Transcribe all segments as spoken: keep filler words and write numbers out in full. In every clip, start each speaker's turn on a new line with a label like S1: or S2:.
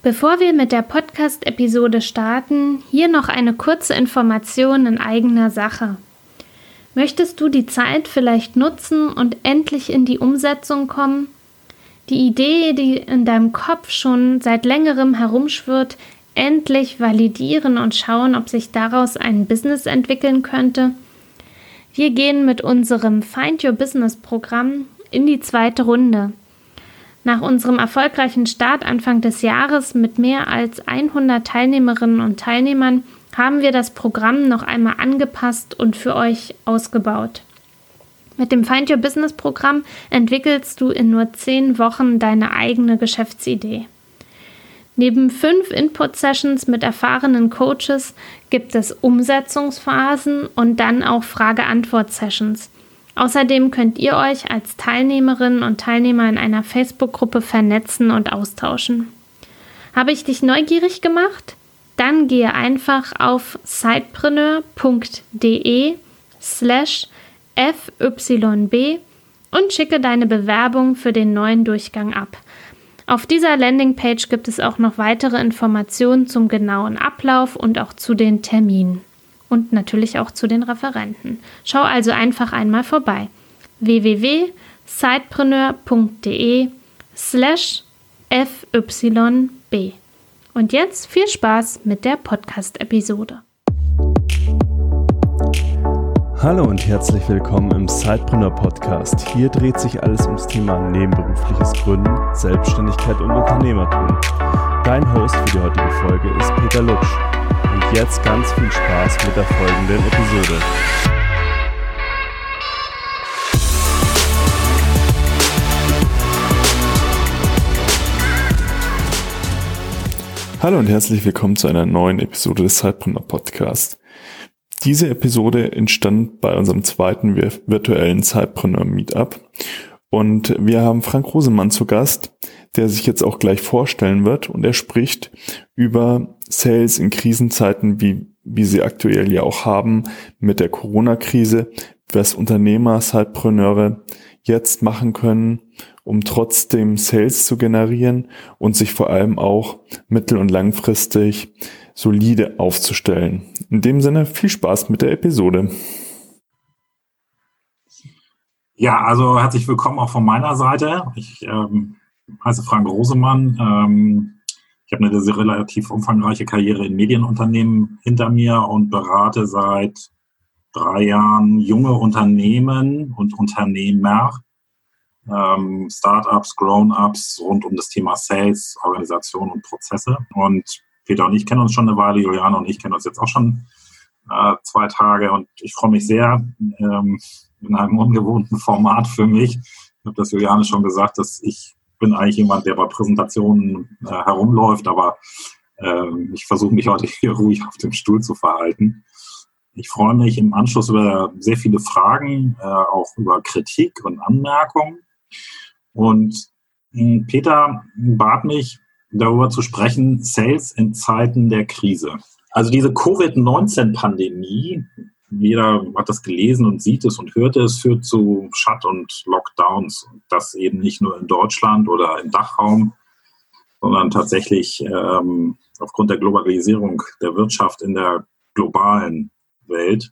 S1: Bevor wir mit der Podcast-Episode starten, hier noch eine kurze Information in eigener Sache. Möchtest du die Zeit vielleicht nutzen und endlich in die Umsetzung kommen? Die Idee, die in deinem Kopf schon seit längerem herumschwirrt, endlich validieren und schauen, ob sich daraus ein Business entwickeln könnte? Wir gehen mit unserem Find Your Business Programm in die zweite Runde. Nach unserem erfolgreichen Start Anfang des Jahres mit mehr als hundert Teilnehmerinnen und Teilnehmern haben wir das Programm noch einmal angepasst und für euch ausgebaut. Mit dem Find Your Business Programm entwickelst du in nur zehn Wochen deine eigene Geschäftsidee. Neben fünf Input-Sessions mit erfahrenen Coaches gibt es Umsetzungsphasen und dann auch Frage-Antwort-Sessions. Außerdem könnt ihr euch als Teilnehmerinnen und Teilnehmer in einer Facebook-Gruppe vernetzen und austauschen. Habe ich dich neugierig gemacht? Dann gehe einfach auf sidepreneur.de slash fyb und schicke deine Bewerbung für den neuen Durchgang ab. Auf dieser Landingpage gibt es auch noch weitere Informationen zum genauen Ablauf und auch zu den Terminen. Und natürlich auch zu den Referenten. Schau also einfach einmal vorbei. w w w punkt sidepreneur.de slash fyb. Und jetzt viel Spaß mit der Podcast-Episode.
S2: Hallo und herzlich willkommen im Sidepreneur Podcast. Hier dreht sich alles ums Thema nebenberufliches Gründen, Selbstständigkeit und Unternehmertum. Dein Host für die heutige Folge ist Peter Lutsch. Und jetzt ganz viel Spaß mit der folgenden Episode. Hallo und herzlich willkommen zu einer neuen Episode des Sidepreneur Podcast. Diese Episode entstand bei unserem zweiten virtuellen Sidepreneur Meetup und wir haben Frank Rosemann zu Gast, der sich jetzt auch gleich vorstellen wird, und er spricht über Sales in Krisenzeiten, wie, wie sie aktuell ja auch haben mit der Corona-Krise, was Unternehmer, Sidepreneure jetzt machen können, um trotzdem Sales zu generieren und sich vor allem auch mittel- und langfristig solide aufzustellen. In dem Sinne, viel Spaß mit der Episode.
S3: Ja, also herzlich willkommen auch von meiner Seite. Ich ähm, heiße Frank Rosemann. Ähm, ich habe eine sehr relativ umfangreiche Karriere in Medienunternehmen hinter mir und berate seit drei Jahren junge Unternehmen und Unternehmer, ähm, Startups, Grown-ups rund um das Thema Sales, Organisation und Prozesse. Und Peter und ich kennen uns schon eine Weile, Juliane und ich kennen uns jetzt auch schon äh, zwei Tage und ich freue mich sehr, ähm, in einem ungewohnten Format für mich. Ich habe das Juliane schon gesagt, dass ich bin eigentlich jemand, der bei Präsentationen äh, herumläuft, aber äh, ich versuche mich heute hier ruhig auf dem Stuhl zu verhalten. Ich freue mich im Anschluss über sehr viele Fragen, äh, auch über Kritik und Anmerkungen. Und äh, Peter bat mich, darüber zu sprechen, Sales in Zeiten der Krise. Also diese Covid neunzehn Pandemie, jeder hat das gelesen und sieht es und hört es, führt zu Shut- und Lockdowns. Das eben nicht nur in Deutschland oder im Dachraum, sondern tatsächlich ähm, aufgrund der Globalisierung der Wirtschaft in der globalen Welt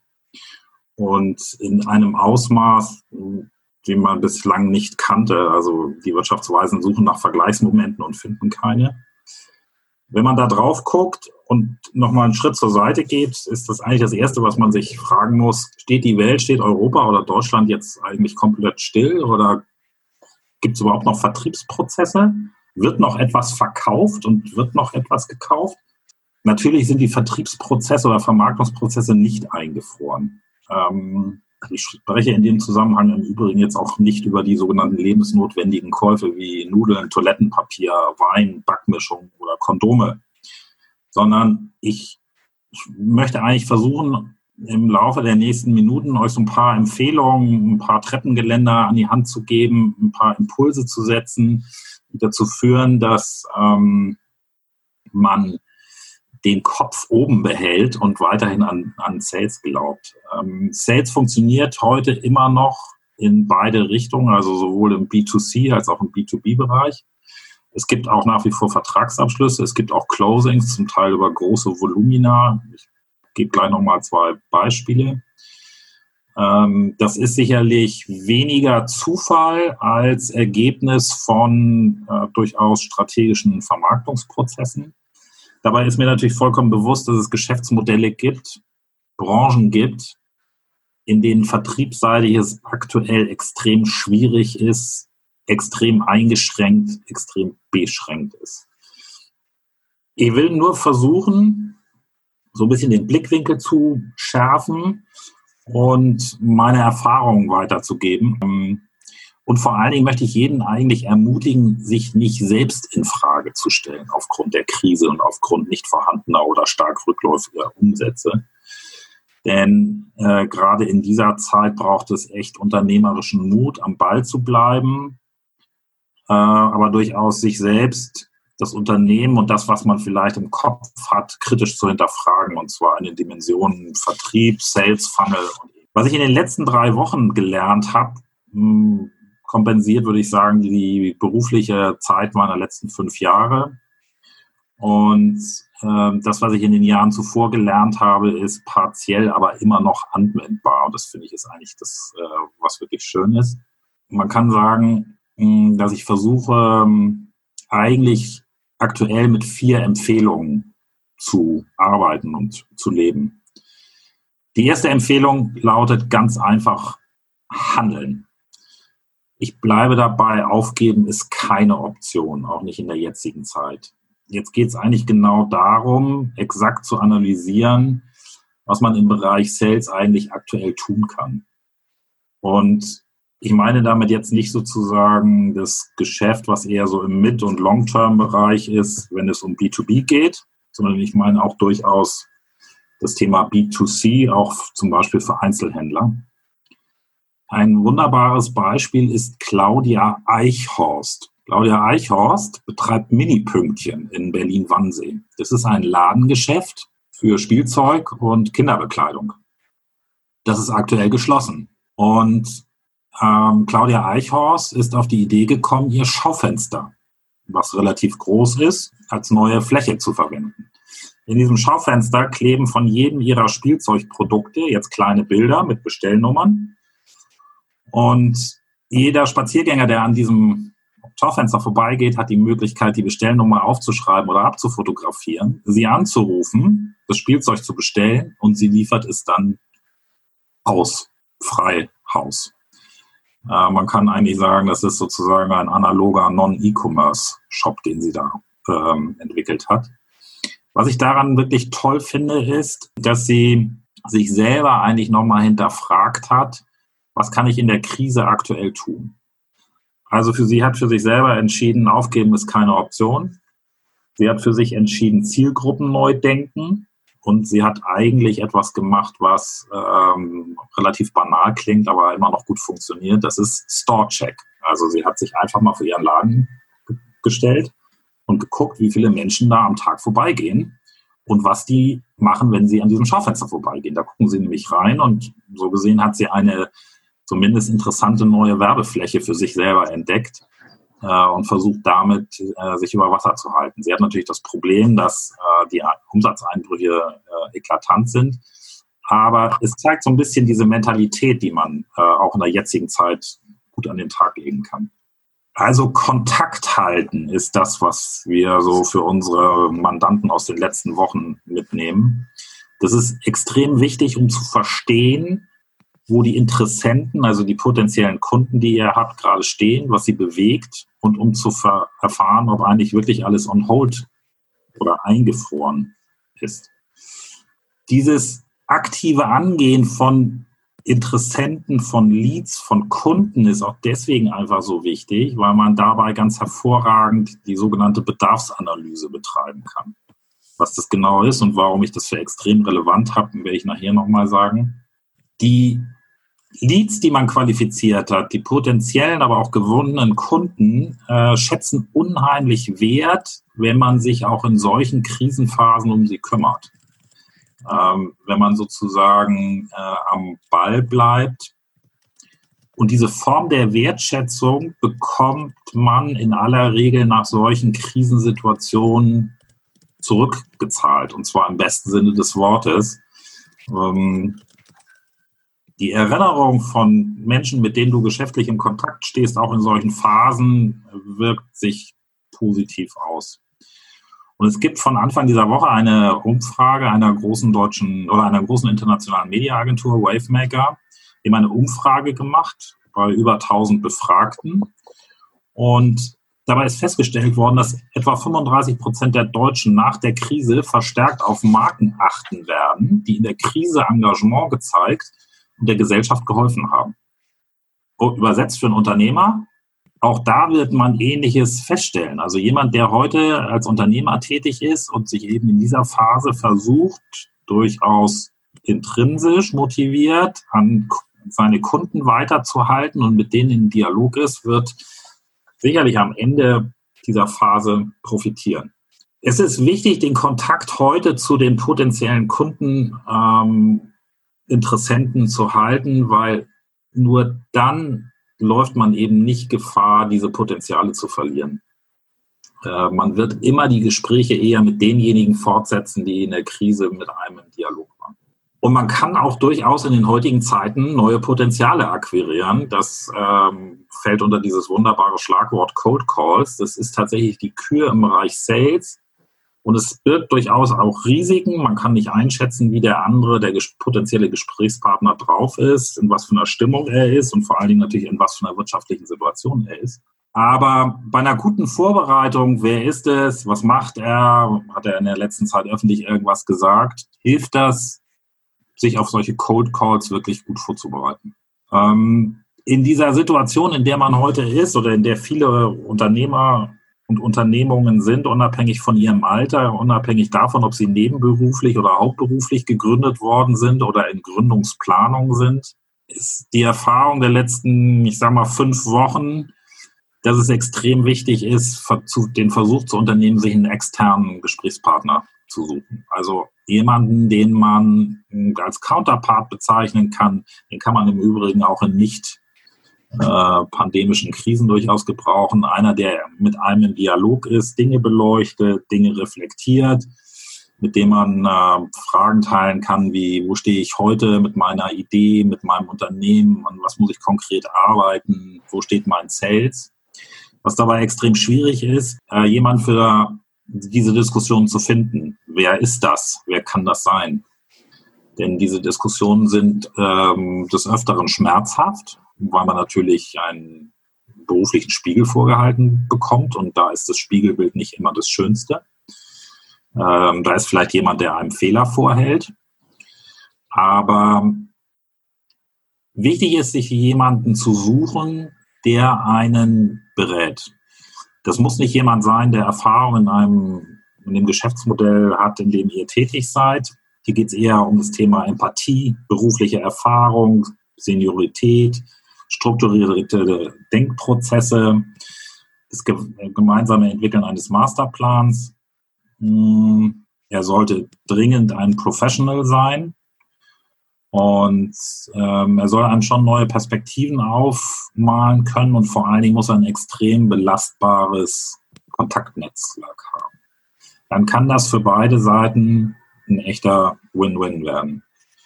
S3: und in einem Ausmaß, wie man bislang nicht kannte. Also die Wirtschaftsweisen suchen nach Vergleichsmomenten und finden keine. Wenn man da drauf guckt und nochmal einen Schritt zur Seite geht, ist das eigentlich das Erste, was man sich fragen muss. Steht die Welt, steht Europa oder Deutschland jetzt eigentlich komplett still oder gibt es überhaupt noch Vertriebsprozesse? Wird noch etwas verkauft und wird noch etwas gekauft? Natürlich sind die Vertriebsprozesse oder Vermarktungsprozesse nicht eingefroren. Ähm, ich spreche in dem Zusammenhang im Übrigen jetzt auch nicht über die sogenannten lebensnotwendigen Käufe wie Nudeln, Toilettenpapier, Wein, Backmischung oder Kondome, sondern ich möchte eigentlich versuchen, im Laufe der nächsten Minuten euch so ein paar Empfehlungen, ein paar Treppengeländer an die Hand zu geben, ein paar Impulse zu setzen, die dazu führen, dass ähm, man den Kopf oben behält und weiterhin an, an Sales glaubt. Ähm, Sales funktioniert heute immer noch in beide Richtungen, also sowohl im B zwei C als auch im B zwei B Bereich. Es gibt auch nach wie vor Vertragsabschlüsse, es gibt auch Closings, zum Teil über große Volumina. Ich gebe gleich nochmal zwei Beispiele. Das ist sicherlich weniger Zufall als Ergebnis von äh, durchaus strategischen Vermarktungsprozessen. Dabei ist mir natürlich vollkommen bewusst, dass es Geschäftsmodelle gibt, Branchen gibt, in denen vertriebsseitig es aktuell extrem schwierig ist, extrem eingeschränkt, extrem beschränkt ist. Ich will nur versuchen, so ein bisschen den Blickwinkel zu schärfen und meine Erfahrungen weiterzugeben. Und vor allen Dingen möchte ich jeden eigentlich ermutigen, sich nicht selbst in Frage zu stellen aufgrund der Krise und aufgrund nicht vorhandener oder stark rückläufiger Umsätze. Denn äh, gerade in dieser Zeit braucht es echt unternehmerischen Mut, am Ball zu bleiben, äh, aber durchaus sich selbst, das Unternehmen und das, was man vielleicht im Kopf hat, kritisch zu hinterfragen, und zwar in den Dimensionen Vertrieb, Sales, Funnel. Was ich in den letzten drei Wochen gelernt habe, kompensiert, würde ich sagen, die berufliche Zeit meiner letzten fünf Jahre. Und äh, das, was ich in den Jahren zuvor gelernt habe, ist partiell, aber immer noch anwendbar. Und das finde ich ist eigentlich das, äh, was wirklich schön ist. Man kann sagen, mh, dass ich versuche, ähm, eigentlich aktuell mit vier Empfehlungen zu arbeiten und zu leben. Die erste Empfehlung lautet ganz einfach: handeln. Ich bleibe dabei, aufgeben ist keine Option, auch nicht in der jetzigen Zeit. Jetzt geht es eigentlich genau darum, exakt zu analysieren, was man im Bereich Sales eigentlich aktuell tun kann. Und ich meine damit jetzt nicht sozusagen das Geschäft, was eher so im Mid- und Long-Term-Bereich ist, wenn es um B zwei B geht, sondern ich meine auch durchaus das Thema B zwei C, auch zum Beispiel für Einzelhändler. Ein wunderbares Beispiel ist Claudia Eichhorst. Claudia Eichhorst betreibt Mini-Pünktchen in Berlin-Wannsee. Das ist ein Ladengeschäft für Spielzeug und Kinderbekleidung. Das ist aktuell geschlossen. Und Ähm, Claudia Eichhorst ist auf die Idee gekommen, ihr Schaufenster, was relativ groß ist, als neue Fläche zu verwenden. In diesem Schaufenster kleben von jedem ihrer Spielzeugprodukte jetzt kleine Bilder mit Bestellnummern. Und jeder Spaziergänger, der an diesem Schaufenster vorbeigeht, hat die Möglichkeit, die Bestellnummer aufzuschreiben oder abzufotografieren, sie anzurufen, das Spielzeug zu bestellen und sie liefert es dann aus, frei Haus. Äh, man kann eigentlich sagen, das ist sozusagen ein analoger Non-E-Commerce-Shop, den sie da ähm, entwickelt hat. Was ich daran wirklich toll finde, ist, dass sie sich selber eigentlich nochmal hinterfragt hat, was kann ich in der Krise aktuell tun? Also für sie hat für sich selber entschieden, aufgeben ist keine Option. Sie hat für sich entschieden, Zielgruppen neu denken. Und sie hat eigentlich etwas gemacht, was ähm, relativ banal klingt, aber immer noch gut funktioniert. Das ist Store-Check. Also sie hat sich einfach mal für ihren Laden ge- gestellt und geguckt, wie viele Menschen da am Tag vorbeigehen und was die machen, wenn sie an diesem Schaufenster vorbeigehen. Da gucken sie nämlich rein und so gesehen hat sie eine zumindest interessante neue Werbefläche für sich selber entdeckt äh, und versucht damit, äh, sich über Wasser zu halten. Sie hat natürlich das Problem, dass äh, die Umsatzeinbrüche äh, eklatant sind, aber es zeigt so ein bisschen diese Mentalität, die man äh, auch in der jetzigen Zeit gut an den Tag legen kann. Also Kontakt halten ist das, was wir so für unsere Mandanten aus den letzten Wochen mitnehmen. Das ist extrem wichtig, um zu verstehen, wo die Interessenten, also die potenziellen Kunden, die ihr habt, gerade stehen, was sie bewegt und um zu ver- erfahren, ob eigentlich wirklich alles on hold oder eingefroren ist. Dieses aktive Angehen von Interessenten, von Leads, von Kunden ist auch deswegen einfach so wichtig, weil man dabei ganz hervorragend die sogenannte Bedarfsanalyse betreiben kann. Was das genau ist und warum ich das für extrem relevant habe, werde ich nachher nochmal sagen. Die Leads, die man qualifiziert hat, die potenziellen, aber auch gewonnenen Kunden, äh, schätzen unheimlich Wert, wenn man sich auch in solchen Krisenphasen um sie kümmert. Ähm, wenn man sozusagen äh, am Ball bleibt Und diese Form der Wertschätzung bekommt man in aller Regel nach solchen Krisensituationen zurückgezahlt, und zwar im besten Sinne des Wortes. Ähm, die Erinnerung von Menschen, mit denen du geschäftlich in Kontakt stehst, auch in solchen Phasen, wirkt sich positiv aus. Und es gibt von Anfang dieser Woche eine Umfrage einer großen deutschen oder einer großen internationalen Mediaagentur, Wavemaker, die haben eine Umfrage gemacht bei über tausend Befragten. Und dabei ist festgestellt worden, dass etwa fünfunddreißig Prozent der Deutschen nach der Krise verstärkt auf Marken achten werden, die in der Krise Engagement gezeigt und der Gesellschaft geholfen haben. Und übersetzt für einen Unternehmer, auch da wird man Ähnliches feststellen. Also jemand, der heute als Unternehmer tätig ist und sich eben in dieser Phase versucht, durchaus intrinsisch motiviert, an seine Kunden weiterzuhalten und mit denen in Dialog ist, wird sicherlich am Ende dieser Phase profitieren. Es ist wichtig, den Kontakt heute zu den potenziellen Kunden, ähm, Interessenten zu halten, weil nur dann läuft man eben nicht Gefahr, diese Potenziale zu verlieren. Äh, man wird immer die Gespräche eher mit denjenigen fortsetzen, die in der Krise mit einem im Dialog waren. Und man kann auch durchaus in den heutigen Zeiten neue Potenziale akquirieren. Das ähm, fällt unter dieses wunderbare Schlagwort Cold Calls. Das ist tatsächlich die Kür im Bereich Sales. Und es birgt durchaus auch Risiken. Man kann nicht einschätzen, wie der andere, der ges- potenzielle Gesprächspartner drauf ist, in was für einer Stimmung er ist und vor allen Dingen natürlich in was für einer wirtschaftlichen Situation er ist. Aber bei einer guten Vorbereitung, wer ist es, was macht er, hat er in der letzten Zeit öffentlich irgendwas gesagt, hilft das, sich auf solche Cold Calls wirklich gut vorzubereiten. Ähm, in dieser Situation, in der man heute ist oder in der viele Unternehmer und Unternehmungen sind, unabhängig von ihrem Alter, unabhängig davon, ob sie nebenberuflich oder hauptberuflich gegründet worden sind oder in Gründungsplanung sind, ist die Erfahrung der letzten, ich sag mal, fünf Wochen, dass es extrem wichtig ist, den Versuch zu unternehmen, sich einen externen Gesprächspartner zu suchen. Also jemanden, den man als Counterpart bezeichnen kann, den kann man im Übrigen auch in nicht äh, pandemischen Krisen durchaus gebrauchen. Einer, der mit einem im Dialog ist, Dinge beleuchtet, Dinge reflektiert, mit dem man äh, Fragen teilen kann, wie, wo stehe ich heute mit meiner Idee, mit meinem Unternehmen, an was muss ich konkret arbeiten, wo steht mein Sales. Was dabei extrem schwierig ist, äh, jemand für diese Diskussion zu finden. Wer ist das? Wer kann das sein? Denn diese Diskussionen sind ähm, des Öfteren schmerzhaft, weil man natürlich einen beruflichen Spiegel vorgehalten bekommt und da ist das Spiegelbild nicht immer das Schönste. Ähm, da ist vielleicht jemand, der einem Fehler vorhält. Aber wichtig ist, sich jemanden zu suchen, der einen berät. Das muss nicht jemand sein, der Erfahrung in einem, in dem Geschäftsmodell hat, in dem ihr tätig seid. Hier geht es eher um das Thema Empathie, berufliche Erfahrung, Seniorität, strukturierte Denkprozesse, das gemeinsame Entwickeln eines Masterplans. Er sollte dringend ein Professional sein und ähm, er soll einem schon neue Perspektiven aufmalen können und vor allen Dingen muss er ein extrem belastbares Kontaktnetzwerk haben. Dann kann das für beide Seiten ein echter Win-Win werden.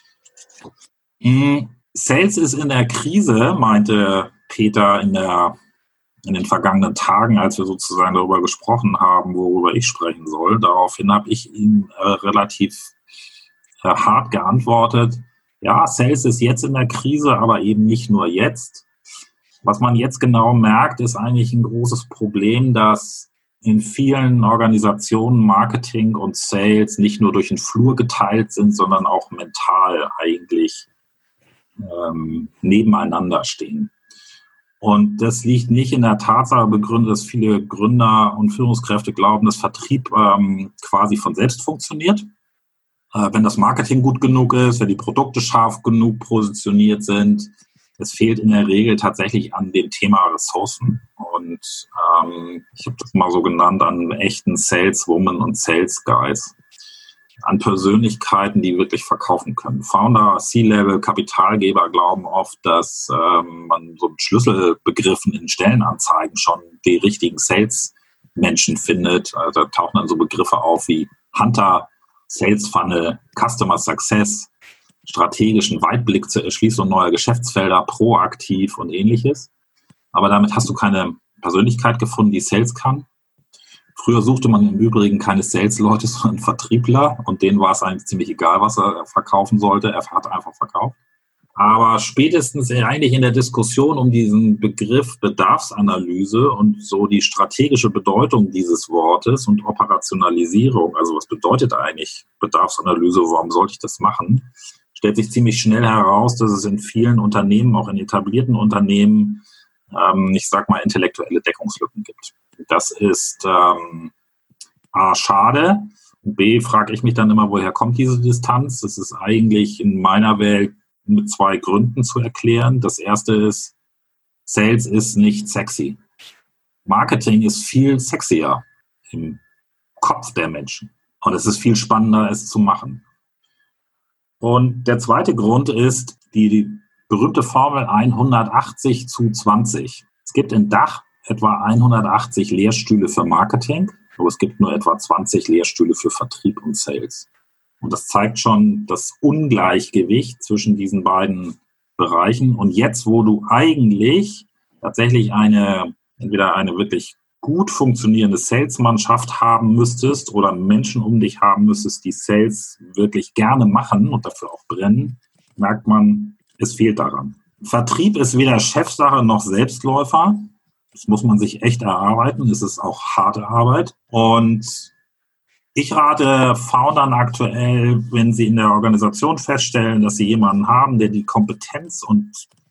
S3: Mhm. Sales ist in der Krise, meinte Peter in, der, in den vergangenen Tagen, als wir sozusagen darüber gesprochen haben, worüber ich sprechen soll. Daraufhin habe ich ihm äh, relativ äh, hart geantwortet. Ja, Sales ist jetzt in der Krise, aber eben nicht nur jetzt. Was man jetzt genau merkt, ist eigentlich ein großes Problem, dass in vielen Organisationen Marketing und Sales nicht nur durch den Flur geteilt sind, sondern auch mental eigentlich ähm, nebeneinander stehen. Und das liegt nicht in der Tatsache begründet, dass viele Gründer und Führungskräfte glauben, dass Vertrieb ähm, quasi von selbst funktioniert. Äh, wenn das Marketing gut genug ist, wenn die Produkte scharf genug positioniert sind, es fehlt in der Regel tatsächlich an dem Thema Ressourcen. Und ähm, ich habe das mal so genannt, an echten Saleswomen und Sales Guys. an Persönlichkeiten, die wirklich verkaufen können. Founder, C-Level, Kapitalgeber glauben oft, dass ähm, man so mit Schlüsselbegriffen in Stellenanzeigen schon die richtigen Sales-Menschen findet. Also da tauchen dann so Begriffe auf wie Hunter, Sales Funnel, Customer Success, strategischen Weitblick zur Erschließung neuer Geschäftsfelder, proaktiv und ähnliches. Aber damit hast du keine Persönlichkeit gefunden, die Sales kann. Früher suchte man im Übrigen keine Sales-Leute, sondern Vertriebler und denen war es eigentlich ziemlich egal, was er verkaufen sollte. Er hat einfach verkauft. Aber spätestens eigentlich in der Diskussion um diesen Begriff Bedarfsanalyse und so die strategische Bedeutung dieses Wortes und Operationalisierung, also was bedeutet eigentlich Bedarfsanalyse, warum sollte ich das machen, stellt sich ziemlich schnell heraus, dass es in vielen Unternehmen, auch in etablierten Unternehmen, ähm, ich sag mal, intellektuelle Deckungslücken gibt. Das ist ähm, A, schade. B, frage ich mich dann immer, woher kommt diese Distanz? Das ist eigentlich in meiner Welt mit zwei Gründen zu erklären. Das erste ist, Sales ist nicht sexy. Marketing ist viel sexier im Kopf der Menschen. Und es ist viel spannender, es zu machen. Und der zweite Grund ist die, die berühmte Formel hundertachtzig zu zwanzig. Es gibt in Dach etwa hundertachtzig Lehrstühle für Marketing, aber es gibt nur etwa zwanzig Lehrstühle für Vertrieb und Sales. Und das zeigt schon das Ungleichgewicht zwischen diesen beiden Bereichen. Und jetzt, wo du eigentlich tatsächlich eine, entweder eine wirklich gut funktionierende Sales-Mannschaft haben müsstest oder Menschen um dich haben müsstest, die Sales wirklich gerne machen und dafür auch brennen, merkt man, es fehlt daran. Vertrieb ist weder Chefsache noch Selbstläufer. Das muss man sich echt erarbeiten. Es ist auch harte Arbeit. Und ich rate Foundern aktuell, wenn sie in der Organisation feststellen, dass sie jemanden haben, der die Kompetenz und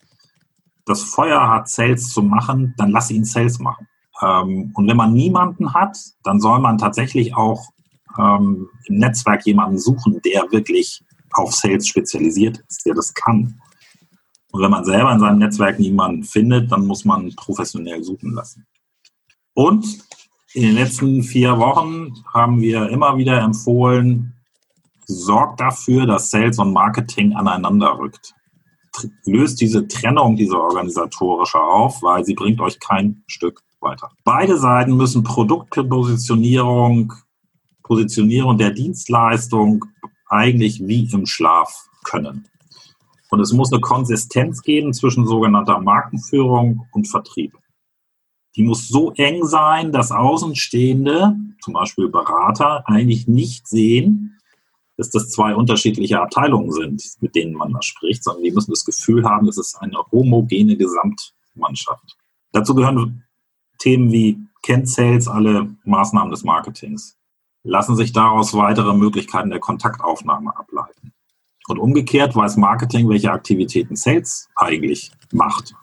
S3: das Feuer hat, Sales zu machen, dann lass ihn Sales machen. Und wenn man niemanden hat, dann soll man tatsächlich auch ähm, im Netzwerk jemanden suchen, der wirklich auf Sales spezialisiert ist, der das kann. Und wenn man selber in seinem Netzwerk niemanden findet, dann muss man professionell suchen lassen. Und in den letzten vier Wochen haben wir immer wieder empfohlen, sorgt dafür, dass Sales und Marketing aneinander rückt. Löst diese Trennung, diese organisatorische auf, weil sie bringt euch kein Stück weiter. Beide Seiten müssen Produktpositionierung, Positionierung der Dienstleistung eigentlich wie im Schlaf können. Und es muss eine Konsistenz geben zwischen sogenannter Markenführung und Vertrieb. Die muss so eng sein, dass Außenstehende, zum Beispiel Berater, eigentlich nicht sehen, dass das zwei unterschiedliche Abteilungen sind, mit denen man da spricht, sondern die müssen das Gefühl haben, es ist eine homogene Gesamtmannschaft. Dazu gehören Themen wie, kennt Sales alle Maßnahmen des Marketings? Lassen sich daraus weitere Möglichkeiten der Kontaktaufnahme ableiten? Und umgekehrt weiß Marketing, welche Aktivitäten Sales eigentlich macht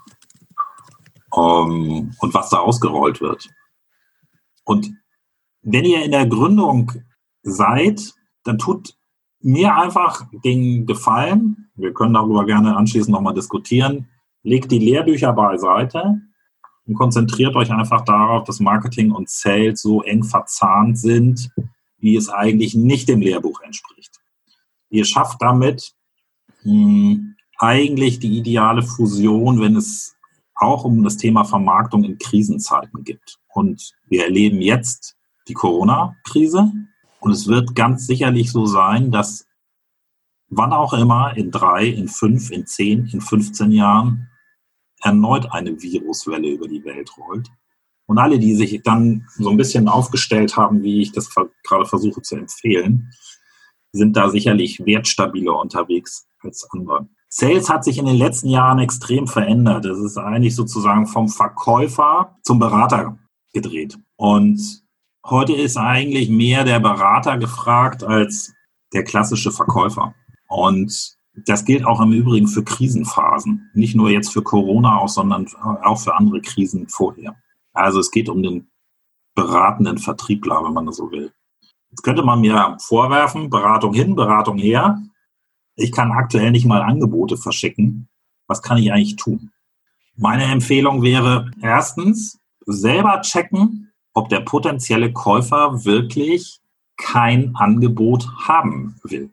S3: um, und was da ausgerollt wird. Und wenn ihr in der Gründung seid, dann tut mir einfach den Gefallen, wir können darüber gerne anschließend nochmal diskutieren, legt die Lehrbücher beiseite und konzentriert euch einfach darauf, dass Marketing und Sales so eng verzahnt sind, wie es eigentlich nicht dem Lehrbuch entspricht. Ihr schafft damit mh, eigentlich die ideale Fusion, wenn es auch um das Thema Vermarktung in Krisenzeiten geht. Und wir erleben jetzt die Corona-Krise und es wird ganz sicherlich so sein, dass wann auch immer in drei, in fünf, in zehn, in fünfzehn Jahren erneut eine Viruswelle über die Welt rollt. Und alle, die sich dann so ein bisschen aufgestellt haben, wie ich das gerade versuche zu empfehlen, sind da sicherlich wertstabiler unterwegs als andere. Sales hat sich in den letzten Jahren extrem verändert. Es ist eigentlich sozusagen vom Verkäufer zum Berater gedreht. Und heute ist eigentlich mehr der Berater gefragt als der klassische Verkäufer. Und das gilt auch im Übrigen für Krisenphasen. Nicht nur jetzt für Corona auch, sondern auch für andere Krisen vorher. Also es geht um den beratenden Vertriebler, wenn man das so will. Jetzt könnte man mir vorwerfen, Beratung hin, Beratung her. Ich kann aktuell nicht mal Angebote verschicken. Was kann ich eigentlich tun? Meine Empfehlung wäre erstens, selber checken, ob der potenzielle Käufer wirklich kein Angebot haben will.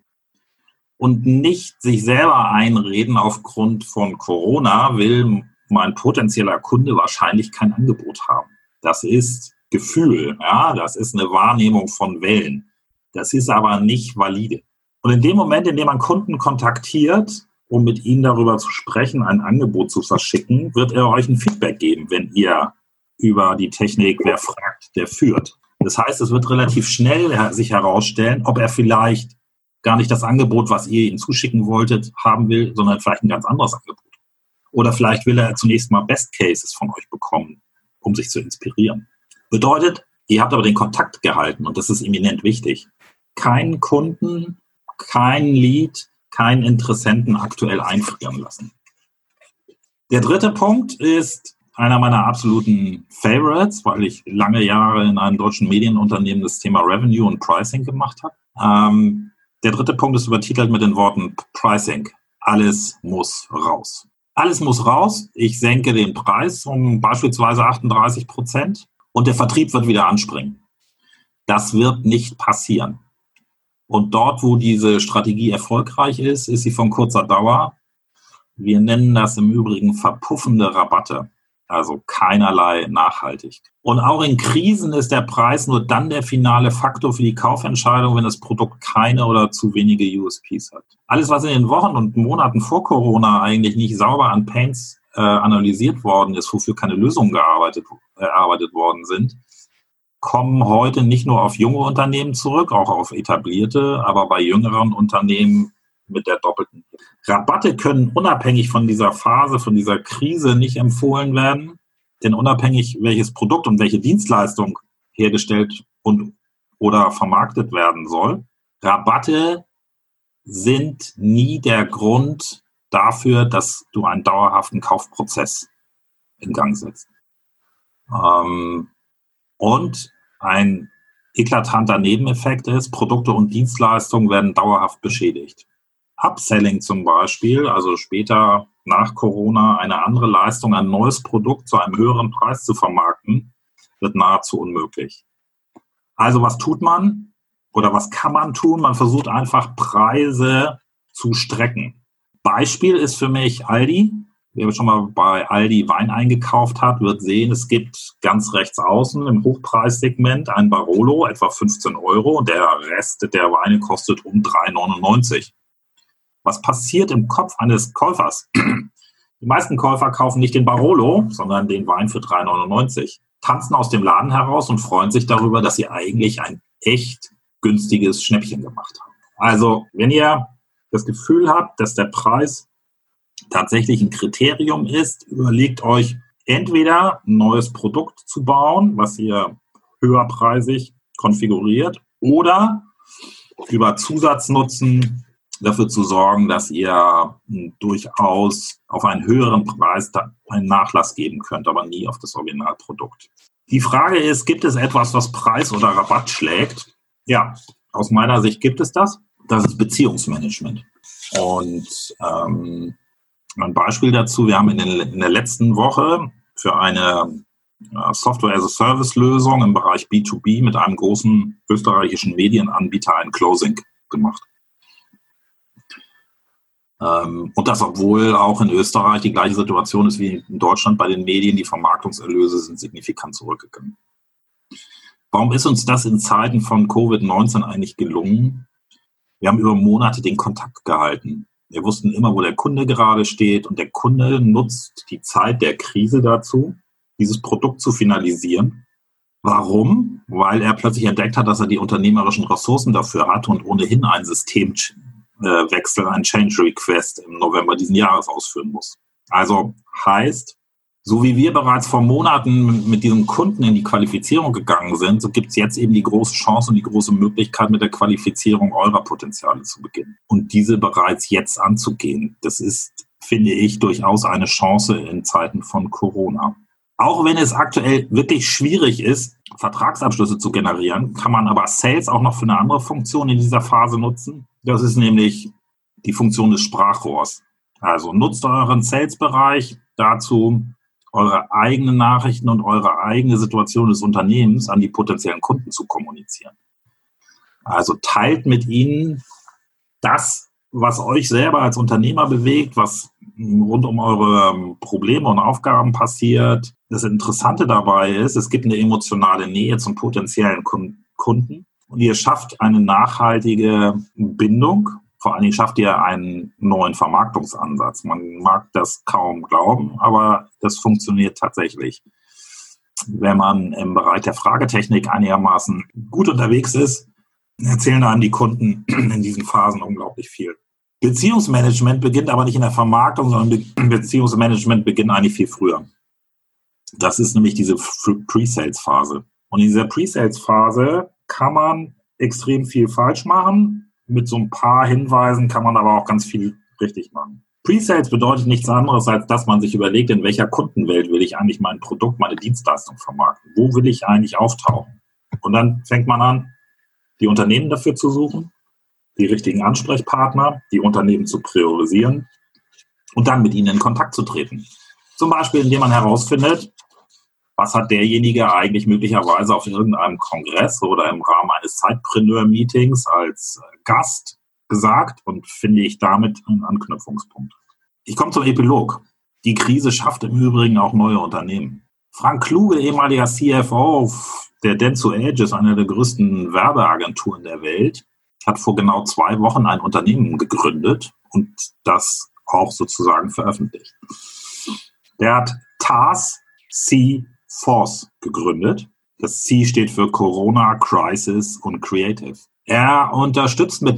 S3: Und nicht sich selber einreden, aufgrund von Corona will mein potenzieller Kunde wahrscheinlich kein Angebot haben. Das ist Gefühl, ja, das ist eine Wahrnehmung von Wellen. Das ist aber nicht valide. Und in dem Moment, in dem man Kunden kontaktiert, um mit ihnen darüber zu sprechen, ein Angebot zu verschicken, wird er euch ein Feedback geben, wenn ihr über die Technik, wer fragt, der führt. Das heißt, es wird relativ schnell sich herausstellen, ob er vielleicht gar nicht das Angebot, was ihr ihm zuschicken wolltet, haben will, sondern vielleicht ein ganz anderes Angebot. Oder vielleicht will er zunächst mal Best Cases von euch bekommen, um sich zu inspirieren. Bedeutet, ihr habt aber den Kontakt gehalten und das ist eminent wichtig. Keinen Kunden, kein Lead, keinen Interessenten aktuell einfrieren lassen. Der dritte Punkt ist einer meiner absoluten Favorites, weil ich lange Jahre in einem deutschen Medienunternehmen das Thema Revenue und Pricing gemacht habe. Ähm, der dritte Punkt ist übertitelt mit den Worten Pricing. Alles muss raus. Alles muss raus. Ich senke den Preis um beispielsweise achtunddreißig Prozent und der Vertrieb wird wieder anspringen. Das wird nicht passieren. Und dort, wo diese Strategie erfolgreich ist, ist sie von kurzer Dauer. Wir nennen das im Übrigen verpuffende Rabatte. Also keinerlei nachhaltig. Und auch in Krisen ist der Preis nur dann der finale Faktor für die Kaufentscheidung, wenn das Produkt keine oder zu wenige U S Ps hat. Alles, was in den Wochen und Monaten vor Corona eigentlich nicht sauber an Pains äh, analysiert worden ist, wofür keine Lösungen gearbeitet, äh, erarbeitet worden sind, kommen heute nicht nur auf junge Unternehmen zurück, auch auf etablierte, aber bei jüngeren Unternehmen mit der doppelten. Rabatte können unabhängig von dieser Phase, von dieser Krise nicht empfohlen werden, denn unabhängig welches Produkt und welche Dienstleistung hergestellt und oder vermarktet werden soll, Rabatte sind nie der Grund dafür, dass du einen dauerhaften Kaufprozess in Gang setzt. Ähm, und ein eklatanter Nebeneffekt ist, Produkte und Dienstleistungen werden dauerhaft beschädigt. Upselling zum Beispiel, also später nach Corona eine andere Leistung, ein neues Produkt zu einem höheren Preis zu vermarkten, wird nahezu unmöglich. Also was tut man oder was kann man tun? Man versucht einfach Preise zu strecken. Beispiel ist für mich Aldi. Wer schon mal bei Aldi Wein eingekauft hat, wird sehen, es gibt ganz rechts außen im Hochpreissegment ein Barolo, etwa fünfzehn Euro, und der Rest der Weine kostet um drei neunundneunzig. Was passiert im Kopf eines Käufers? Die meisten Käufer kaufen nicht den Barolo, sondern den Wein für drei neunundneunzig, tanzen aus dem Laden heraus und freuen sich darüber, dass sie eigentlich ein echt günstiges Schnäppchen gemacht haben. Also, wenn ihr das Gefühl habt, dass der Preis tatsächlich ein Kriterium ist, überlegt euch entweder ein neues Produkt zu bauen, was ihr höherpreisig konfiguriert, oder über Zusatznutzen dafür zu sorgen, dass ihr durchaus auf einen höheren Preis einen Nachlass geben könnt, aber nie auf das Originalprodukt. Die Frage ist, gibt es etwas, was Preis oder Rabatt schlägt? Ja, aus meiner Sicht gibt es das. Das ist Beziehungsmanagement. Und ähm, ein Beispiel dazu, wir haben in, den, in der letzten Woche für eine äh, Software-as-a-Service-Lösung im Bereich B zwei B mit einem großen österreichischen Medienanbieter ein Closing gemacht. Ähm, und das, obwohl auch in Österreich die gleiche Situation ist wie in Deutschland bei den Medien, die Vermarktungserlöse sind signifikant zurückgegangen. Warum ist uns das in Zeiten von Covid neunzehn eigentlich gelungen? Wir haben über Monate den Kontakt gehalten. Wir wussten immer, wo der Kunde gerade steht, und der Kunde nutzt die Zeit der Krise dazu, dieses Produkt zu finalisieren. Warum? Weil er plötzlich entdeckt hat, dass er die unternehmerischen Ressourcen dafür hat und ohnehin ein Systemwechsel, ein Change Request im November diesen Jahres ausführen muss. Also heißt, so wie wir bereits vor Monaten mit diesem Kunden in die Qualifizierung gegangen sind, so gibt es jetzt eben die große Chance und die große Möglichkeit, mit der Qualifizierung eurer Potenziale zu beginnen und diese bereits jetzt anzugehen. Das ist, finde ich, durchaus eine Chance in Zeiten von Corona. Auch wenn es aktuell wirklich schwierig ist, Vertragsabschlüsse zu generieren, kann man aber Sales auch noch für eine andere Funktion in dieser Phase nutzen. Das ist nämlich die Funktion des Sprachrohrs. Also nutzt euren Sales-Bereich dazu, eure eigenen Nachrichten und eure eigene Situation des Unternehmens an die potenziellen Kunden zu kommunizieren. Also teilt mit ihnen das, was euch selber als Unternehmer bewegt, was rund um eure Probleme und Aufgaben passiert. Das Interessante dabei ist, es gibt eine emotionale Nähe zum potenziellen Kunden und ihr schafft eine nachhaltige Bindung. Vor allen Dingen schafft ihr einen neuen Vermarktungsansatz. Man mag das kaum glauben, aber das funktioniert tatsächlich. Wenn man im Bereich der Fragetechnik einigermaßen gut unterwegs ist, erzählen einem die Kunden in diesen Phasen unglaublich viel. Beziehungsmanagement beginnt aber nicht in der Vermarktung, sondern Be- Beziehungsmanagement beginnt eigentlich viel früher. Das ist nämlich diese Pre-Sales-Phase. Und in dieser Pre-Sales-Phase kann man extrem viel falsch machen. Mit so ein paar Hinweisen kann man aber auch ganz viel richtig machen. Pre-Sales bedeutet nichts anderes, als dass man sich überlegt, in welcher Kundenwelt will ich eigentlich mein Produkt, meine Dienstleistung vermarkten? Wo will ich eigentlich auftauchen? Und dann fängt man an, die Unternehmen dafür zu suchen, die richtigen Ansprechpartner, die Unternehmen zu priorisieren und dann mit ihnen in Kontakt zu treten. Zum Beispiel, indem man herausfindet, was hat derjenige eigentlich möglicherweise auf irgendeinem Kongress oder im Rahmen eines Zeitpreneur-Meetings als Gast gesagt und finde ich damit einen Anknüpfungspunkt. Ich komme zum Epilog. Die Krise schafft im Übrigen auch neue Unternehmen. Frank Kluge, ehemaliger C F O der Dentsu Aegis, einer der größten Werbeagenturen der Welt, hat vor genau zwei Wochen ein Unternehmen gegründet und das auch sozusagen veröffentlicht. Der hat Task C Force gegründet. Das C steht für Corona, Crisis und Creative. Er unterstützt mit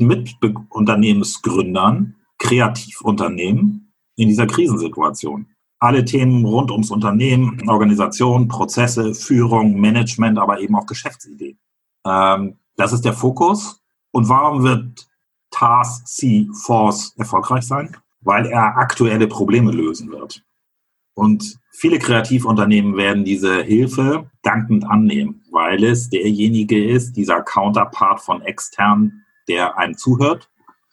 S3: Mitunternehmensgründern Kreativunternehmen in dieser Krisensituation. Alle Themen rund ums Unternehmen, Organisation, Prozesse, Führung, Management, aber eben auch Geschäftsideen. Ähm, das ist der Fokus. Und warum wird Task C Force erfolgreich sein? Weil er aktuelle Probleme lösen wird. Und viele Kreativunternehmen werden diese Hilfe dankend annehmen, weil es derjenige ist, dieser Counterpart von extern, der einem zuhört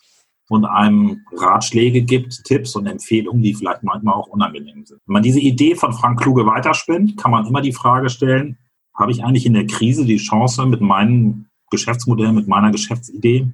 S3: und einem Ratschläge gibt, Tipps und Empfehlungen, die vielleicht manchmal auch unangenehm sind. Wenn man diese Idee von Frank Kluge weiterspinnt, kann man immer die Frage stellen, habe ich eigentlich in der Krise die Chance, mit meinem Geschäftsmodell, mit meiner Geschäftsidee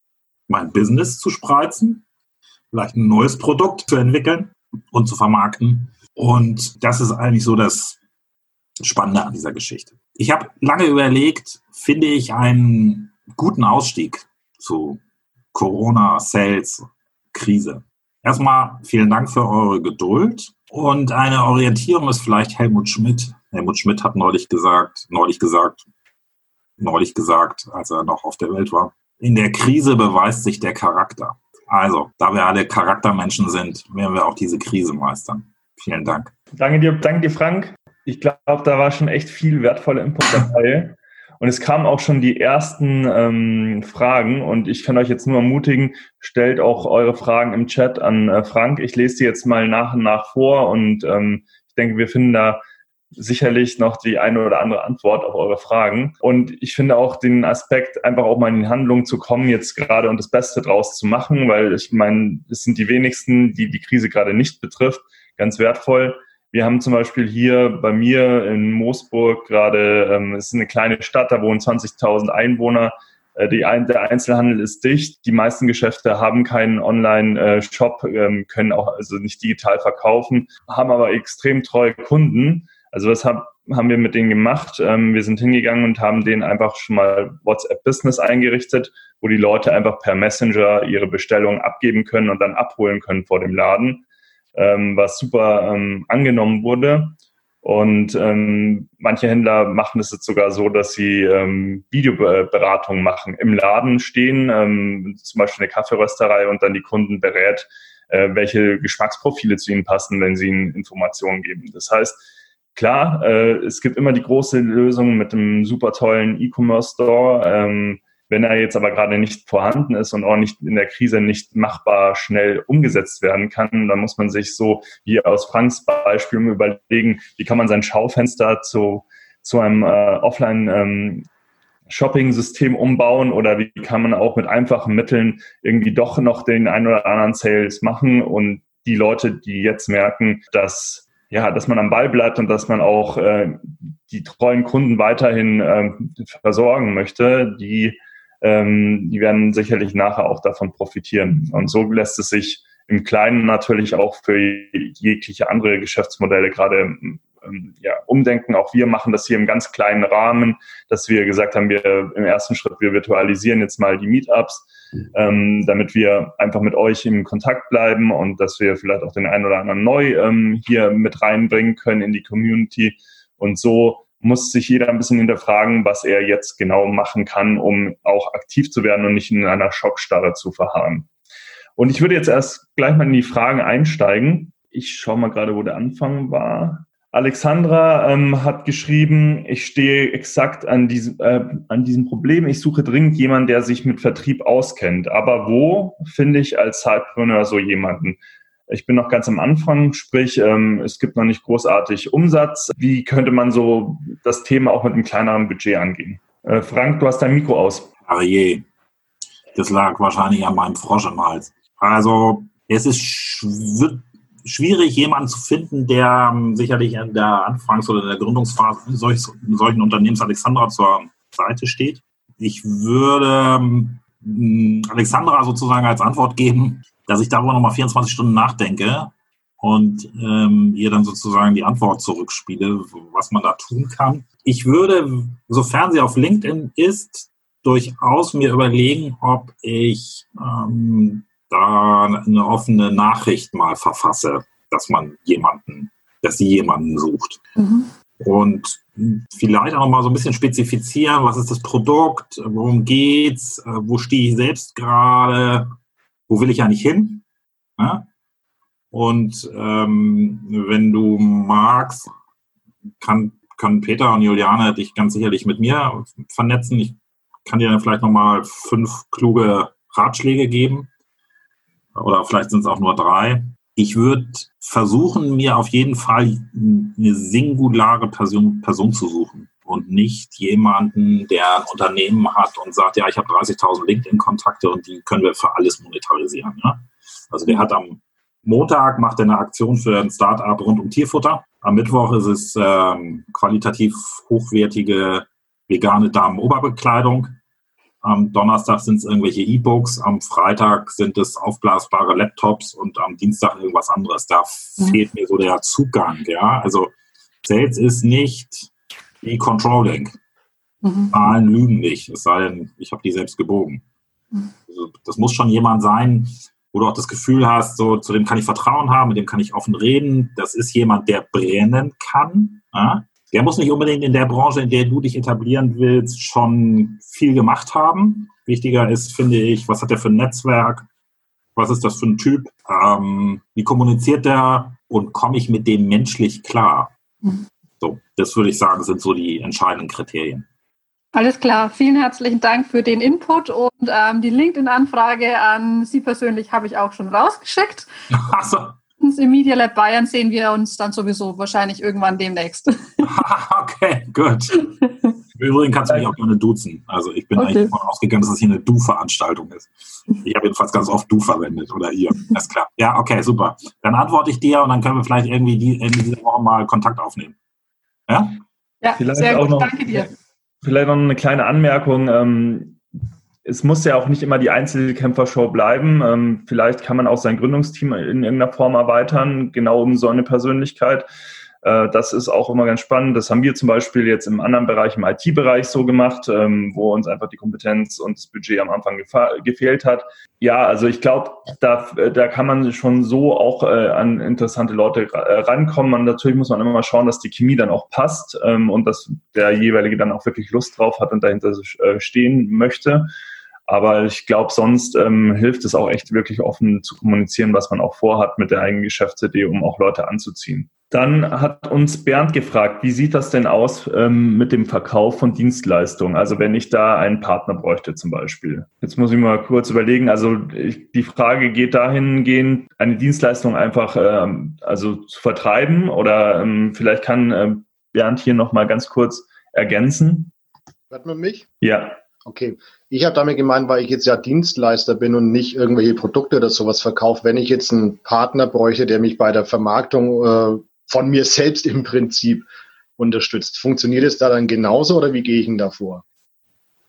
S3: mein Business zu spreizen, vielleicht ein neues Produkt zu entwickeln und zu vermarkten? Und das ist eigentlich so das Spannende an dieser Geschichte. Ich habe lange überlegt, finde ich einen guten Ausstieg zu Corona, Sales, Krise. Erstmal vielen Dank für eure Geduld und eine Orientierung ist vielleicht Helmut Schmidt. Helmut Schmidt hat neulich gesagt, neulich gesagt, neulich gesagt, als er noch auf der Welt war, in der Krise beweist sich der Charakter. Also, da wir alle Charaktermenschen sind, werden wir auch diese Krise meistern. Vielen Dank.
S4: Danke dir, danke dir, Frank. Ich glaube, da war schon echt viel wertvoller Input dabei. Und es kamen auch schon die ersten ähm, Fragen. Und ich kann euch jetzt nur ermutigen, stellt auch eure Fragen im Chat an äh, Frank. Ich lese die jetzt mal nach und nach vor. Und ähm, ich denke, wir finden da sicherlich noch die eine oder andere Antwort auf eure Fragen. Und ich finde auch den Aspekt, einfach auch mal in die Handlung zu kommen, jetzt gerade und das Beste draus zu machen, weil ich meine, es sind die wenigsten, die die Krise gerade nicht betrifft, ganz wertvoll. Wir haben zum Beispiel hier bei mir in Moosburg gerade, ähm, es ist eine kleine Stadt, da wohnen zwanzigtausend Einwohner. Äh, die ein, der Einzelhandel ist dicht. Die meisten Geschäfte haben keinen Online-Shop, ähm, können auch also nicht digital verkaufen, haben aber extrem treue Kunden. Also was hab, haben wir mit denen gemacht? Ähm, wir sind hingegangen und haben denen einfach schon mal WhatsApp Business eingerichtet, wo die Leute einfach per Messenger ihre Bestellungen abgeben können und dann abholen können vor dem Laden. Ähm, was super ähm, angenommen wurde. Und ähm, manche Händler machen es jetzt sogar so, dass sie ähm, Videoberatungen machen, im Laden stehen, ähm, zum Beispiel eine Kaffeerösterei und dann die Kunden berät, äh, welche Geschmacksprofile zu ihnen passen, wenn sie ihnen Informationen geben. Das heißt, klar, äh, es gibt immer die große Lösung mit einem super tollen E-Commerce-Store. Ähm, wenn er jetzt aber gerade nicht vorhanden ist und auch nicht in der Krise nicht machbar schnell umgesetzt werden kann, dann muss man sich so wie aus Franks Beispiel überlegen, wie kann man sein Schaufenster zu, zu einem äh, Offline-Shopping-System ähm, umbauen oder wie kann man auch mit einfachen Mitteln irgendwie doch noch den einen oder anderen Sales machen und die Leute, die jetzt merken, dass ja, dass man am Ball bleibt und dass man auch äh, die treuen Kunden weiterhin äh, versorgen möchte, die ähm, die werden sicherlich nachher auch davon profitieren. Und so lässt es sich im Kleinen natürlich auch für jegliche andere Geschäftsmodelle gerade ähm, ja, umdenken. Auch wir machen das hier im ganz kleinen Rahmen, dass wir gesagt haben, wir im ersten Schritt, wir virtualisieren jetzt mal die Meetups, ähm, damit wir einfach mit euch in Kontakt bleiben und dass wir vielleicht auch den einen oder anderen neu ähm, hier mit reinbringen können in die Community. Und so muss sich jeder ein bisschen hinterfragen, was er jetzt genau machen kann, um auch aktiv zu werden und nicht in einer Schockstarre zu verharren. Und ich würde jetzt erst gleich mal in die Fragen einsteigen. Ich schaue mal gerade, wo der Anfang war. Alexandra ähm, hat geschrieben, ich stehe exakt an diesem, äh, an diesem Problem. Ich suche dringend jemanden, der sich mit Vertrieb auskennt. Aber wo finde ich als Sidepreneur so jemanden? Ich bin noch ganz am Anfang, sprich, ähm, es gibt noch nicht großartig Umsatz. Wie könnte man so das Thema auch mit einem kleineren Budget angehen? Äh, Frank, du hast dein Mikro aus.
S3: Ach je, das lag wahrscheinlich an meinem Frosch im Hals. Also es ist schw- schwierig, jemanden zu finden, der ähm, sicherlich in der Anfangs- oder der Gründungsphase solch, solchen Unternehmens Alexandra zur Seite steht. Ich würde ähm, Alexandra sozusagen als Antwort geben, dass ich darüber nochmal vierundzwanzig Stunden nachdenke und ähm, ihr dann sozusagen die Antwort zurückspiele, was man da tun kann. Ich würde, sofern sie auf LinkedIn ist, durchaus mir überlegen, ob ich ähm, da eine offene Nachricht mal verfasse, dass man jemanden, dass sie jemanden sucht. Mhm. Und vielleicht auch noch mal so ein bisschen spezifizieren, was ist das Produkt, worum geht's, wo stehe ich selbst gerade, wo will ich eigentlich hin? Ja? Und ähm, wenn du magst, kann, können Peter und Juliane dich ganz sicherlich mit mir vernetzen. Ich kann dir dann vielleicht noch mal fünf kluge Ratschläge geben. Oder vielleicht sind es auch nur drei. Ich würde versuchen, mir auf jeden Fall eine singulare Person, Person zu suchen und nicht jemanden, der ein Unternehmen hat und sagt, ja, ich habe dreißigtausend LinkedIn-Kontakte und die können wir für alles monetarisieren. Ja? Also der hat am Montag, macht er eine Aktion für ein Startup rund um Tierfutter. Am Mittwoch ist es ähm, qualitativ hochwertige vegane Damenoberbekleidung. Am Donnerstag sind es irgendwelche E-Books, am Freitag sind es aufblasbare Laptops und am Dienstag irgendwas anderes. Da mhm. fehlt mir so der Zugang. Ja? Also Sales ist nicht wie Controlling. Mhm. Zahlen lügen nicht, es sei denn, ich habe die selbst gebogen. Mhm. Also das muss schon jemand sein, wo du auch das Gefühl hast, so, zu dem kann ich Vertrauen haben, mit dem kann ich offen reden. Das ist jemand, der brennen kann. Ja? Der muss nicht unbedingt in der Branche, in der du dich etablieren willst, schon viel gemacht haben. Wichtiger ist, finde ich, was hat der für ein Netzwerk? Was ist das für ein Typ? Ähm, wie kommuniziert der? Und komme ich mit dem menschlich klar? Mhm. So, das würde ich sagen, sind so die entscheidenden Kriterien.
S5: Alles klar. Vielen herzlichen Dank für den Input und ähm, die LinkedIn-Anfrage an Sie persönlich habe ich auch schon rausgeschickt. Ach so. Im Media Lab Bayern sehen wir uns dann sowieso wahrscheinlich irgendwann demnächst.
S3: Okay, gut. Übrigens kannst du mich auch gerne duzen. Also ich bin okay. eigentlich davon ausgegangen, dass es hier eine Du-Veranstaltung ist. Ich habe jedenfalls ganz oft Du verwendet oder ihr. Ist klar. Ja, okay, super. Dann antworte ich dir und dann können wir vielleicht irgendwie die, Ende dieser Woche mal Kontakt aufnehmen. Ja?
S5: Ja, vielleicht sehr gut. Noch, danke dir.
S4: Vielleicht noch eine kleine Anmerkung. Ähm, Es muss ja auch nicht immer die Einzelkämpfer-Show bleiben. Ähm, vielleicht kann man auch sein Gründungsteam in irgendeiner Form erweitern, genau um so eine Persönlichkeit. Äh, das ist auch immer ganz spannend. Das haben wir zum Beispiel jetzt im anderen Bereich, im I T-Bereich so gemacht, ähm, wo uns einfach die Kompetenz und das Budget am Anfang gefa- gefehlt hat. Ja, also ich glaube, da, da kann man schon so auch äh, an interessante Leute äh, rankommen. Und natürlich muss man immer mal schauen, dass die Chemie dann auch passt ähm, und dass der jeweilige dann auch wirklich Lust drauf hat und dahinter äh, stehen möchte. Aber ich glaube, sonst ähm, hilft es auch echt wirklich offen zu kommunizieren, was man auch vorhat mit der eigenen Geschäftsidee, um auch Leute anzuziehen. Dann hat uns Bernd gefragt, wie sieht das denn aus ähm, mit dem Verkauf von Dienstleistungen? Also wenn ich da einen Partner bräuchte zum Beispiel. Jetzt muss ich mal kurz überlegen. Also ich, die Frage geht dahingehend, eine Dienstleistung einfach ähm, also zu vertreiben oder ähm, vielleicht kann äh, Bernd hier nochmal ganz kurz ergänzen.
S6: Hört man mich?
S4: Ja.
S6: Okay, ich habe damit gemeint, weil ich jetzt ja Dienstleister bin und nicht irgendwelche Produkte oder sowas verkaufe. Wenn ich jetzt einen Partner bräuchte, der mich bei der Vermarktung äh, von mir selbst im Prinzip unterstützt, funktioniert es da dann genauso oder wie gehe ich denn da vor?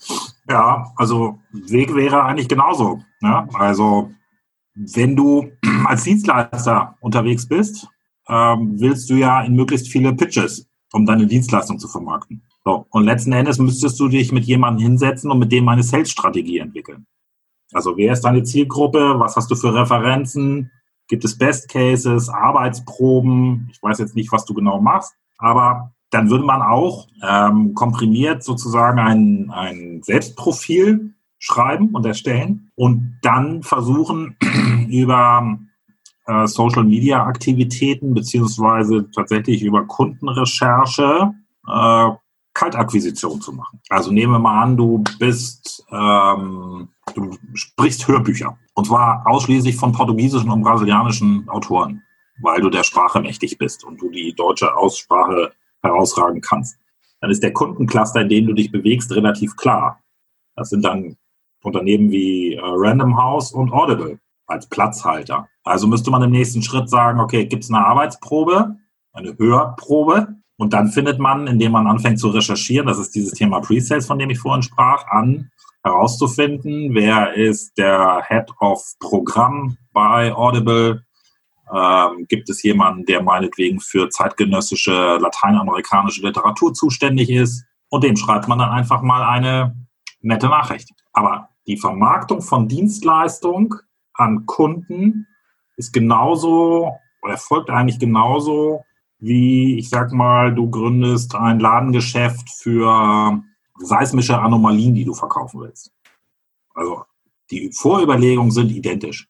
S3: Ja, also Weg wäre eigentlich genauso. Ne? Also wenn du als Dienstleister unterwegs bist, ähm, willst du ja in möglichst viele Pitches, um deine Dienstleistung zu vermarkten. So, und letzten Endes müsstest du dich mit jemandem hinsetzen und mit dem eine Sales-Strategie entwickeln. Also wer ist deine Zielgruppe? Was hast du für Referenzen? Gibt es Best Cases, Arbeitsproben? Ich weiß jetzt nicht, was du genau machst, aber dann würde man auch ähm, komprimiert sozusagen ein, ein Selbstprofil schreiben und erstellen und dann versuchen, über äh, Social-Media-Aktivitäten beziehungsweise tatsächlich über Kundenrecherche äh, Kaltakquisition zu machen. Also nehmen wir mal an, du bist, ähm, du sprichst Hörbücher und zwar ausschließlich von portugiesischen und brasilianischen Autoren, weil du der Sprache mächtig bist und du die deutsche Aussprache herausragen kannst. Dann ist der Kundencluster, in dem du dich bewegst, relativ klar. Das sind dann Unternehmen wie äh, Random House und Audible als Platzhalter. Also müsste man im nächsten Schritt sagen, okay, gibt es eine Arbeitsprobe, eine Hörprobe und dann findet man, indem man anfängt zu recherchieren, das ist dieses Thema Pre-Sales, von dem ich vorhin sprach, an herauszufinden, wer ist der Head of Programm bei Audible. Ähm, gibt es jemanden, der meinetwegen für zeitgenössische lateinamerikanische Literatur zuständig ist und dem schreibt man dann einfach mal eine nette Nachricht. Aber die Vermarktung von Dienstleistung an Kunden ist genauso oder erfolgt eigentlich genauso wie, ich sag mal, du gründest ein Ladengeschäft für seismische Anomalien, die du verkaufen willst. Also die Vorüberlegungen sind identisch.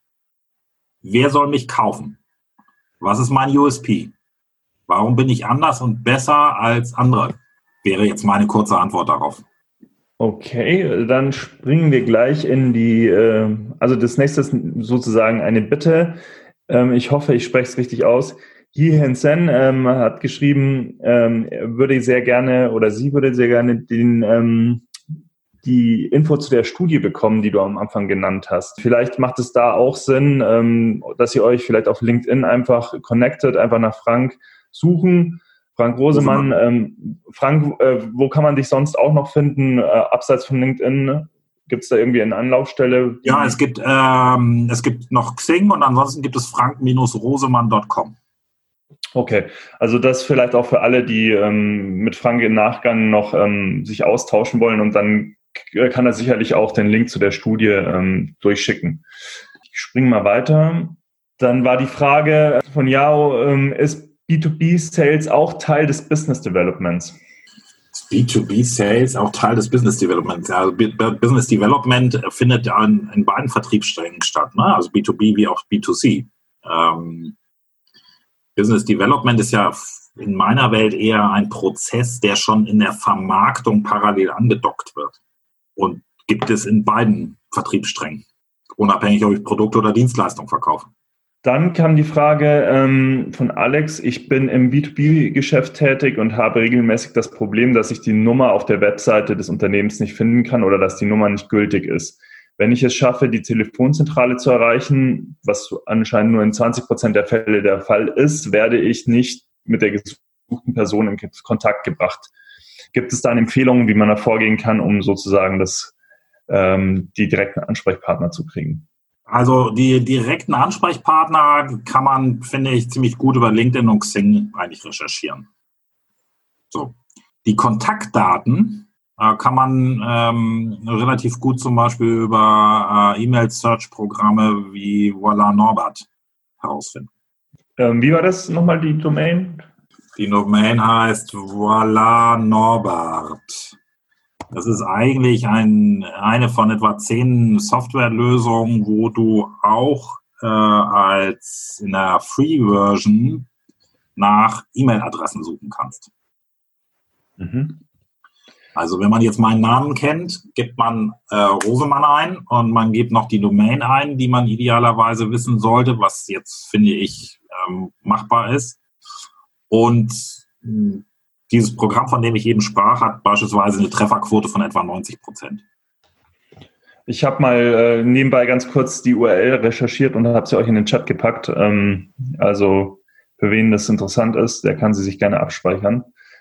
S3: Wer soll mich kaufen? Was ist mein U S P? Warum bin ich anders und besser als andere? Wäre jetzt meine kurze Antwort darauf.
S4: Okay, dann springen wir gleich in die, äh, also das nächste ist sozusagen eine Bitte. Ähm, ich hoffe, ich spreche es richtig aus. Yi Hen Sen ähm, hat geschrieben, ähm, er würde sehr gerne oder sie würde sehr gerne den, ähm, die Info zu der Studie bekommen, die du am Anfang genannt hast. Vielleicht macht es da auch Sinn, ähm, dass ihr euch vielleicht auf LinkedIn einfach connectet, einfach nach Frank suchen. Frank Rosemann. Ähm, Frank, äh, wo kann man dich sonst auch noch finden, äh, abseits von LinkedIn? Gibt es da irgendwie eine Anlaufstelle?
S3: Ja, es gibt, ähm, es gibt noch Xing und ansonsten gibt es frank rosemann punkt com.
S4: Okay, also das vielleicht auch für alle, die ähm, mit Frank im Nachgang noch ähm, sich austauschen wollen und dann kann er sicherlich auch den Link zu der Studie ähm, durchschicken. Ich springe mal weiter. Dann war die Frage von Yao, ähm, ist B zwei B Sales auch Teil des Business Developments?
S3: B zwei B Sales auch Teil des Business Developments. Also Business Development findet ja in, in beiden Vertriebssträngen statt, ne? Also B zwei B wie auch B zwei C. Ähm, Business Development ist ja in meiner Welt eher ein Prozess, der schon in der Vermarktung parallel angedockt wird. Und gibt es in beiden Vertriebssträngen, unabhängig, ob ich Produkte oder Dienstleistungen verkaufe.
S4: Dann kam die Frage ähm, von Alex, ich bin im B zwei B-Geschäft tätig und habe regelmäßig das Problem, dass ich die Nummer auf der Webseite des Unternehmens nicht finden kann oder dass die Nummer nicht gültig ist. Wenn ich es schaffe, die Telefonzentrale zu erreichen, was anscheinend nur in zwanzig Prozent der Fälle der Fall ist, werde ich nicht mit der gesuchten Person in Kontakt gebracht. Gibt es da Empfehlungen, wie man da vorgehen kann, um sozusagen das, ähm, die direkten Ansprechpartner zu kriegen?
S3: Also die direkten Ansprechpartner kann man, finde ich, ziemlich gut über LinkedIn und Xing eigentlich recherchieren. So, die Kontaktdaten äh, kann man ähm, relativ gut zum Beispiel über äh, E-Mail-Search-Programme wie Voila Norbert herausfinden.
S4: Ähm, wie war das nochmal, die Domain?
S3: Die Domain heißt Voila Norbert. Das ist eigentlich ein, eine von etwa zehn Softwarelösungen, wo du auch äh, als in der Free-Version nach E-Mail-Adressen suchen kannst.
S4: Mhm.
S3: Also wenn man jetzt meinen Namen kennt, gibt man äh, Rosemann ein und man gibt noch die Domain ein, die man idealerweise wissen sollte, was jetzt, finde ich, ähm, machbar ist. Und mh, dieses Programm, von dem ich eben sprach, hat beispielsweise eine Trefferquote von etwa neunzig Prozent.
S4: Ich habe mal äh, nebenbei ganz kurz die U R L recherchiert und habe sie euch in den Chat gepackt. Ähm, also für wen das interessant ist, der kann sie sich gerne abspeichern.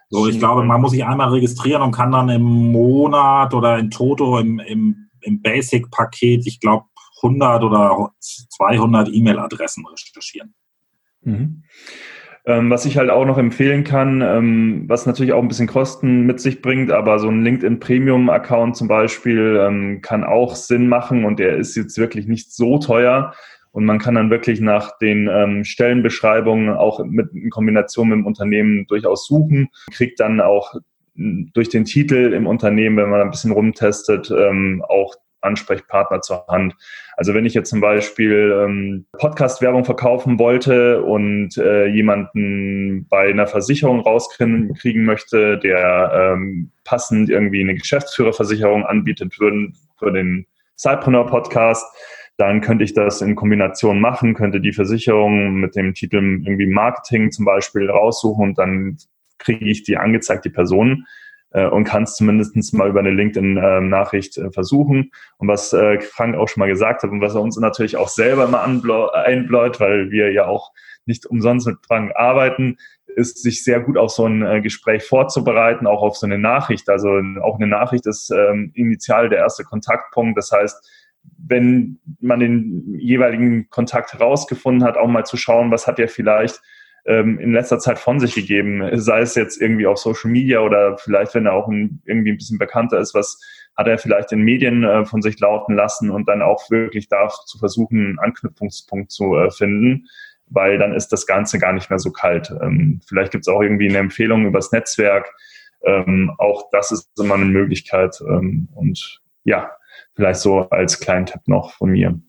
S3: So, ich glaube, man muss sich einmal registrieren und kann dann im Monat oder in Toto im, im, im Basic-Paket, ich glaube, hundert oder zweihundert E-Mail-Adressen recherchieren.
S4: Mhm. Ähm, was ich halt auch noch empfehlen kann, ähm, was natürlich auch ein bisschen Kosten mit sich bringt, aber so ein LinkedIn Premium-Account zum Beispiel ähm, kann auch Sinn machen und der ist jetzt wirklich nicht so teuer. Und man kann dann wirklich nach den ähm, Stellenbeschreibungen auch mit in Kombination mit dem Unternehmen durchaus suchen, kriegt dann auch durch den Titel im Unternehmen, wenn man ein bisschen rumtestet, ähm, auch Ansprechpartner zur Hand. Also wenn ich jetzt zum Beispiel ähm, Podcast-Werbung verkaufen wollte und äh, jemanden bei einer Versicherung rauskriegen möchte, der ähm, passend irgendwie eine Geschäftsführerversicherung anbietet für, für den Cypreneur-Podcast, dann könnte ich das in Kombination machen, könnte die Versicherung mit dem Titel irgendwie Marketing zum Beispiel raussuchen und dann kriege ich die angezeigt, die Person, äh, und kann es zumindest mal über eine LinkedIn-Nachricht äh, versuchen. Und was äh, Frank auch schon mal gesagt hat und was er uns natürlich auch selber mal anbläut, einbläut, weil wir ja auch nicht umsonst mit Frank arbeiten, ist, sich sehr gut auf so ein äh, Gespräch vorzubereiten, auch auf so eine Nachricht. Also auch eine Nachricht ist ähm, initial der erste Kontaktpunkt. Das heißt, wenn man den jeweiligen Kontakt herausgefunden hat, auch mal zu schauen, was hat er vielleicht ähm, in letzter Zeit von sich gegeben, sei es jetzt irgendwie auf Social Media oder vielleicht, wenn er auch ein, irgendwie ein bisschen bekannter ist, was hat er vielleicht in Medien äh, von sich lauten lassen und dann auch wirklich da zu versuchen, einen Anknüpfungspunkt zu äh, finden, weil dann ist das Ganze gar nicht mehr so kalt. Ähm, vielleicht gibt es auch irgendwie eine Empfehlung übers Netzwerk. Ähm, auch das ist immer eine Möglichkeit. Ähm, und ja, vielleicht so als kleinen Tipp noch von mir.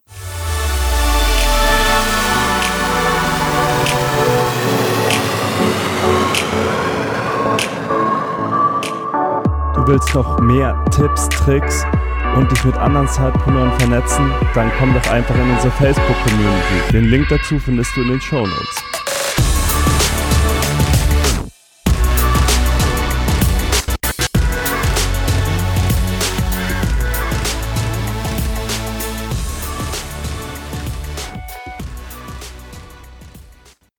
S2: Du willst noch mehr Tipps, Tricks und dich mit anderen Cypreneuren vernetzen? Dann komm doch einfach in unsere Facebook-Community. Den Link dazu findest du in den Shownotes.